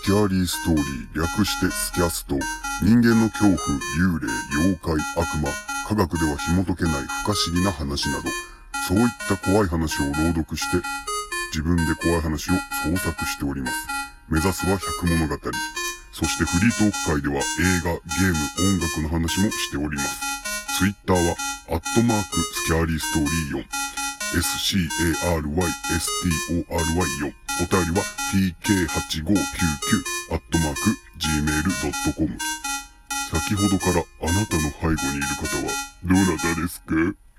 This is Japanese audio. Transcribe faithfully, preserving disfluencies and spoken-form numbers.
スキャーリーストーリー、略してスキャスト。人間の恐怖、幽霊、妖怪、悪魔、科学では紐解けない不可思議な話など、そういった怖い話を朗読して、自分で怖い話を創作しております。目指すは百物語。そしてフリートーク会では映画、ゲーム、音楽の話もしております。ツイッターは、アットマーク、スキャーリーストーリーよん。エスシーエーアールワイエスティーオーアールワイよん。お便りは ティーケーはちごきゅうきゅう アットマーク ジーメールドットコム。先ほどからあなたの背後にいる方はどなたですか？